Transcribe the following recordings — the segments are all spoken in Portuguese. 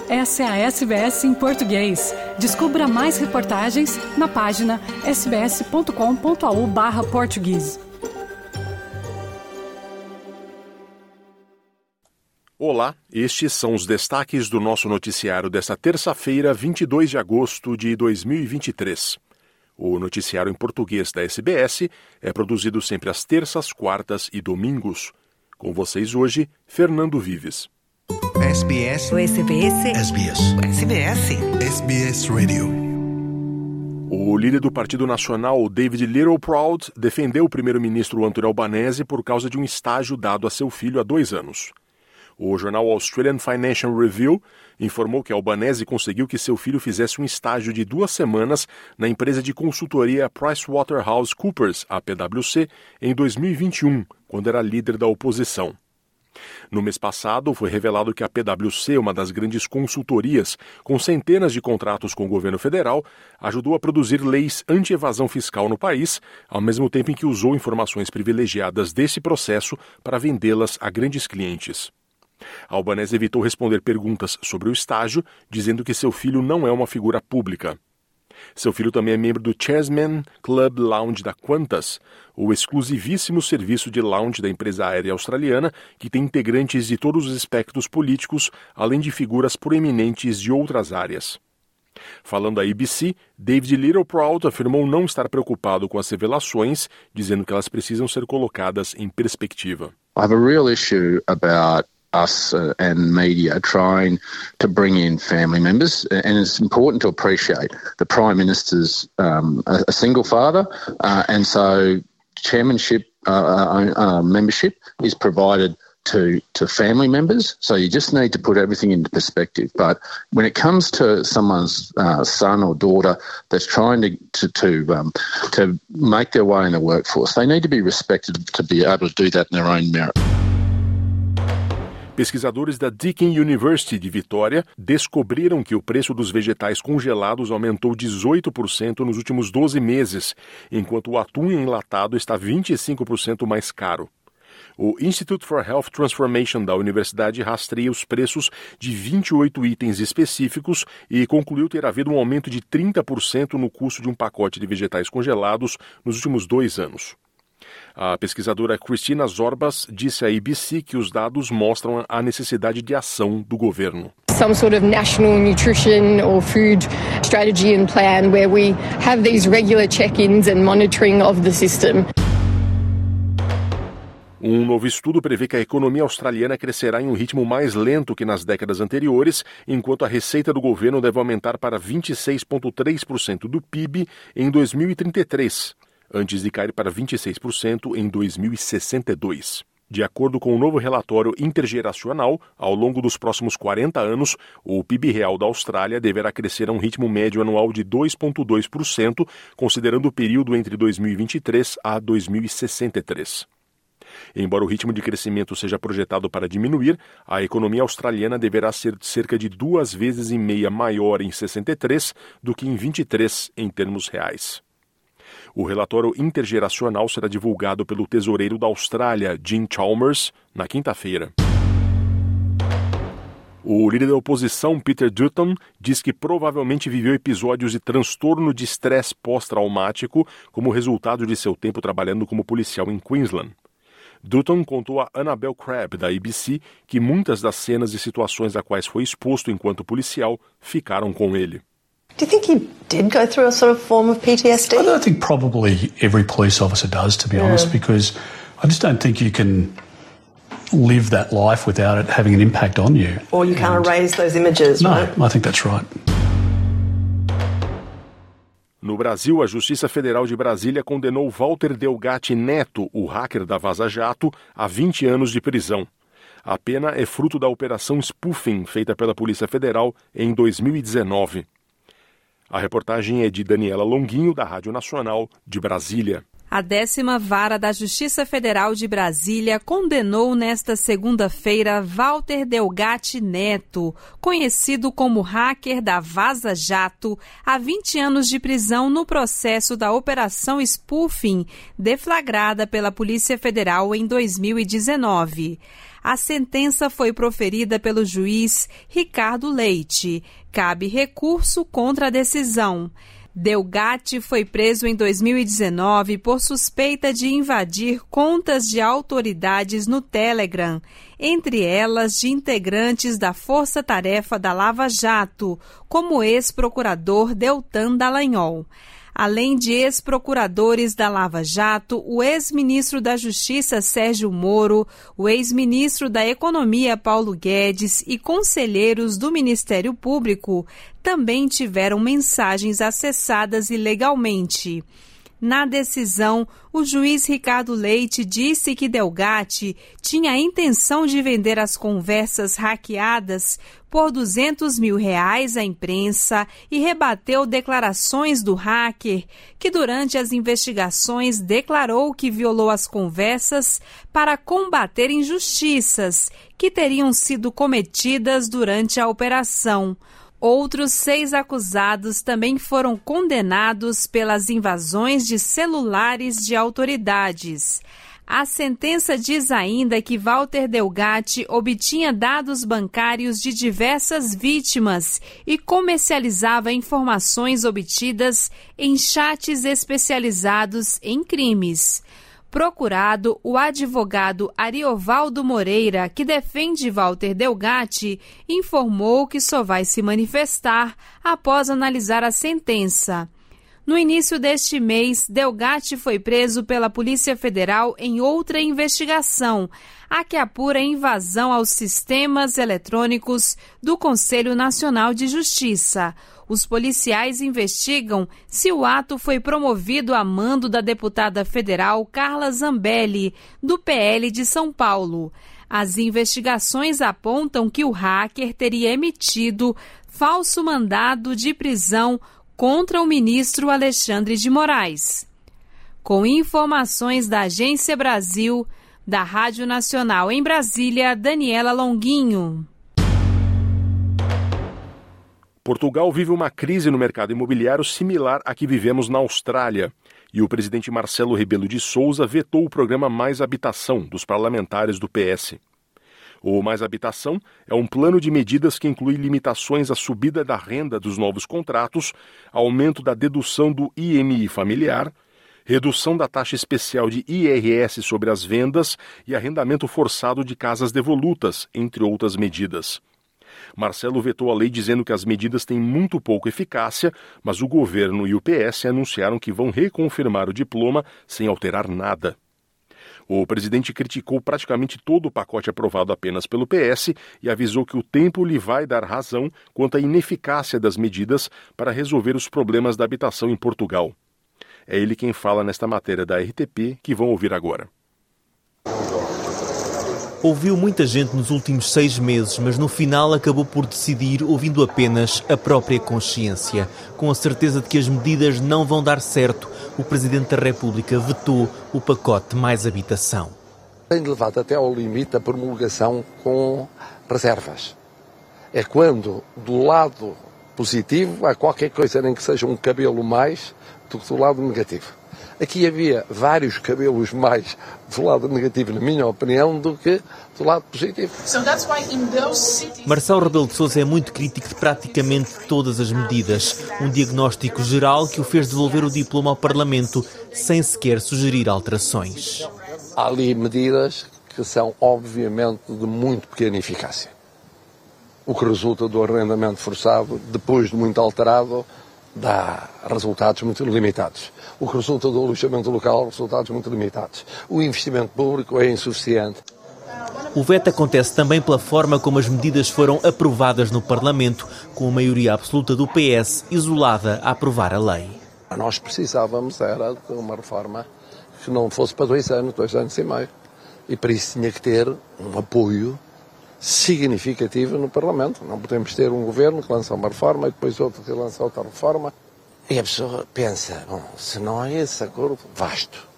Essa é a SBS em português. Descubra mais reportagens na página sbs.com.au/português. Olá, estes são os destaques do nosso noticiário desta terça-feira, 22 de agosto de 2023. O noticiário em português da SBS é produzido sempre às terças, quartas e domingos. Com vocês hoje, Fernando Vives. SBS. O SBS. SBS. SBS. SBS Radio. O líder do Partido Nacional, David Littleproud, defendeu o primeiro-ministro Anthony Albanese por causa de um estágio dado a seu filho há 2 anos. O jornal Australian Financial Review informou que Albanese conseguiu que seu filho fizesse um estágio de 2 semanas na empresa de consultoria PricewaterhouseCoopers, a PwC, em 2021, quando era líder da oposição. No mês passado, foi revelado que a PwC, uma das grandes consultorias com centenas de contratos com o governo federal, ajudou a produzir leis anti-evasão fiscal no país, ao mesmo tempo em que usou informações privilegiadas desse processo para vendê-las a grandes clientes. Albanese evitou responder perguntas sobre o estágio, dizendo que seu filho não é uma figura pública. Seu filho também é membro do Chairman's Club Lounge da Qantas, o exclusivíssimo serviço de lounge da empresa aérea australiana, que tem integrantes de todos os espectros políticos, além de figuras proeminentes de outras áreas. Falando à ABC, David Littleproud afirmou não estar preocupado com as revelações, dizendo que elas precisam ser colocadas em perspectiva. I have a real issue about us and media trying to bring in family members, and it's important to appreciate the Prime Minister's a single father, and so chairmanship membership is provided to family members, so you just need to put everything into perspective. But when it comes to someone's son or daughter that's trying to make their way in the workforce, they need to be respected to be able to do that in their own merit. Pesquisadores da Deakin University de Vitória descobriram que o preço dos vegetais congelados aumentou 18% nos últimos 12 meses, enquanto o atum enlatado está 25% mais caro. O Institute for Health Transformation da universidade rastreia os preços de 28 itens específicos e concluiu ter havido um aumento de 30% no custo de um pacote de vegetais congelados nos últimos 2 anos. A pesquisadora Christina Zorbas disse à ABC que os dados mostram a necessidade de ação do governo. Some sort of national nutrition or food strategy and plan where we have these regular check-ins and monitoring of the system. Um novo estudo prevê que a economia australiana crescerá em um ritmo mais lento que nas décadas anteriores, enquanto a receita do governo deve aumentar para 26,3% do PIB em 2033. Antes de cair para 26% em 2062. De acordo com o novo relatório intergeracional, ao longo dos próximos 40 anos, o PIB real da Austrália deverá crescer a um ritmo médio anual de 2,2%, considerando o período entre 2023 a 2063. Embora o ritmo de crescimento seja projetado para diminuir, a economia australiana deverá ser cerca de 2,5 vezes maior em 63 do que em 23 em termos reais. O relatório intergeracional será divulgado pelo tesoureiro da Austrália, Jim Chalmers, na quinta-feira. O líder da oposição, Peter Dutton, diz que provavelmente viveu episódios de transtorno de estresse pós-traumático como resultado de seu tempo trabalhando como policial em Queensland. Dutton contou a Annabelle Crabb, da ABC, que muitas das cenas e situações a quais foi exposto enquanto policial ficaram com ele. Do you think he did go through a sort of form of PTSD? I think probably every police officer does, to be honest, because I just don't think you can live that life without it having an impact on you. Or you can't erase those images, no, right? I think that's right. No Brasil, a Justiça Federal de Brasília condenou Walter Delgatti Neto, o hacker da Vaza Jato, a 20 anos de prisão. A pena é fruto da operação spoofing feita pela Polícia Federal em 2019. A reportagem é de Daniela Longuinho, da Rádio Nacional de Brasília. A 10ª Vara da Justiça Federal de Brasília condenou nesta segunda-feira Walter Delgatti Neto, conhecido como hacker da Vaza Jato, a 20 anos de prisão no processo da Operação Spoofing, deflagrada pela Polícia Federal em 2019. A sentença foi proferida pelo juiz Ricardo Leite. Cabe recurso contra a decisão. Delgatti foi preso em 2019 por suspeita de invadir contas de autoridades no Telegram, entre elas de integrantes da Força Tarefa da Lava Jato, como o ex-procurador Deltan Dallagnol. Além de ex-procuradores da Lava Jato, o ex-ministro da Justiça Sérgio Moro, o ex-ministro da Economia Paulo Guedes e conselheiros do Ministério Público também tiveram mensagens acessadas ilegalmente. Na decisão, o juiz Ricardo Leite disse que Delgatti tinha a intenção de vender as conversas hackeadas por R$200 mil à imprensa e rebateu declarações do hacker, que durante as investigações declarou que violou as conversas para combater injustiças que teriam sido cometidas durante a operação. Outros 6 acusados também foram condenados pelas invasões de celulares de autoridades. A sentença diz ainda que Walter Delgatti obtinha dados bancários de diversas vítimas e comercializava informações obtidas em chats especializados em crimes. Procurado, o advogado Ariovaldo Moreira, que defende Walter Delgatti, informou que só vai se manifestar após analisar a sentença. No início deste mês, Delgatti foi preso pela Polícia Federal em outra investigação, a que apura a invasão aos sistemas eletrônicos do Conselho Nacional de Justiça. Os policiais investigam se o ato foi promovido a mando da deputada federal Carla Zambelli, do PL de São Paulo. As investigações apontam que o hacker teria emitido falso mandado de prisão contra o ministro Alexandre de Moraes. Com informações da Agência Brasil, da Rádio Nacional em Brasília, Daniela Longuinho. Portugal vive uma crise no mercado imobiliário similar à que vivemos na Austrália. E o presidente Marcelo Rebelo de Sousa vetou o programa Mais Habitação dos parlamentares do PS. O Mais Habitação é um plano de medidas que inclui limitações à subida da renda dos novos contratos, aumento da dedução do IMI familiar, redução da taxa especial de IRS sobre as vendas e arrendamento forçado de casas devolutas, entre outras medidas. Marcelo vetou a lei dizendo que as medidas têm muito pouca eficácia, mas o governo e o PS anunciaram que vão reconfirmar o diploma sem alterar nada. O presidente criticou praticamente todo o pacote aprovado apenas pelo PS e avisou que o tempo lhe vai dar razão quanto à ineficácia das medidas para resolver os problemas da habitação em Portugal. É ele quem fala nesta matéria da RTP que vão ouvir agora. Ouviu muita gente nos últimos 6 meses, mas no final acabou por decidir ouvindo apenas a própria consciência. Com a certeza de que as medidas não vão dar certo, o Presidente da República vetou o pacote Mais Habitação. Tem levado até ao limite a promulgação com reservas. É quando, do lado positivo, há qualquer coisa nem que seja um cabelo mais do que do lado negativo. Aqui havia vários cabelos mais do lado negativo, na minha opinião, do que do lado positivo. Marcelo Rebelo de Sousa é muito crítico de praticamente todas as medidas. Um diagnóstico geral que o fez devolver o diploma ao Parlamento sem sequer sugerir alterações. Há ali medidas que são, obviamente, de muito pequena eficácia. O que resulta do arrendamento forçado, depois de muito alterado, dá resultados muito limitados. O que resulta do alojamento local, resultados muito limitados. O investimento público é insuficiente. O veto acontece também pela forma como as medidas foram aprovadas no Parlamento, com a maioria absoluta do PS isolada a aprovar a lei. Nós precisávamos era de uma reforma que não fosse para 2 anos, 2 anos e meio. E para isso tinha que ter um apoio significativo no Parlamento. Não podemos ter um governo que lança uma reforma e depois outro que lança outra reforma. E a pessoa pensa, bom, se não há esse acordo vasto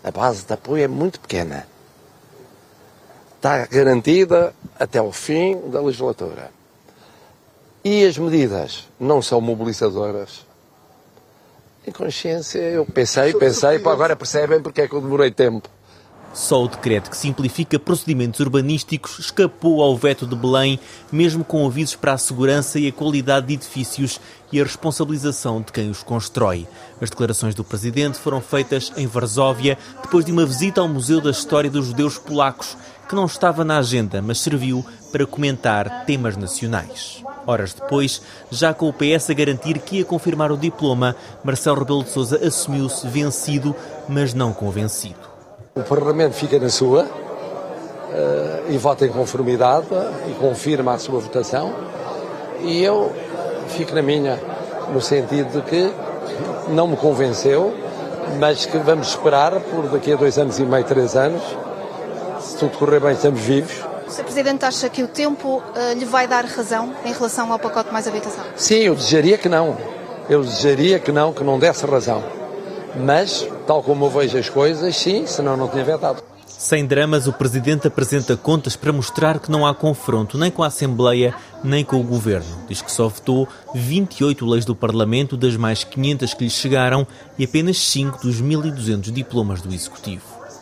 A base de apoio é muito pequena. Está garantida até o fim da legislatura. E as medidas não são mobilizadoras. Em consciência, eu pensei, agora percebem porque é que eu demorei tempo. Só o decreto que simplifica procedimentos urbanísticos escapou ao veto de Belém, mesmo com avisos para a segurança e a qualidade de edifícios e a responsabilização de quem os constrói. As declarações do Presidente foram feitas em Varsóvia, depois de uma visita ao Museu da História dos Judeus Polacos, que não estava na agenda, mas serviu para comentar temas nacionais. Horas depois, já com o PS a garantir que ia confirmar o diploma, Marcelo Rebelo de Sousa assumiu-se vencido, mas não convencido. O Parlamento fica na sua e vota em conformidade e confirma a sua votação, e eu fico na minha, no sentido de que não me convenceu, mas que vamos esperar por daqui a 2 anos e meio, 3 anos, se tudo correr bem, estamos vivos. O Sr. Presidente acha que o tempo lhe vai dar razão em relação ao pacote mais habitação? Sim, eu desejaria que não. Que não desse razão. Mas, tal como eu vejo as coisas, sim, senão não tinha vetado. Sem dramas, o Presidente apresenta contas para mostrar que não há confronto nem com a Assembleia, nem com o Governo. Diz que só votou 28 leis do Parlamento, das mais 500 que lhe chegaram, e apenas 5 dos 1.200 diplomas do Executivo.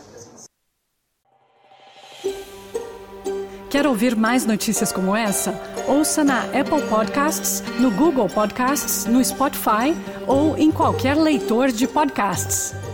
Quer ouvir mais notícias como essa? Ouça na Apple Podcasts, no Google Podcasts, no Spotify ou em qualquer leitor de podcasts.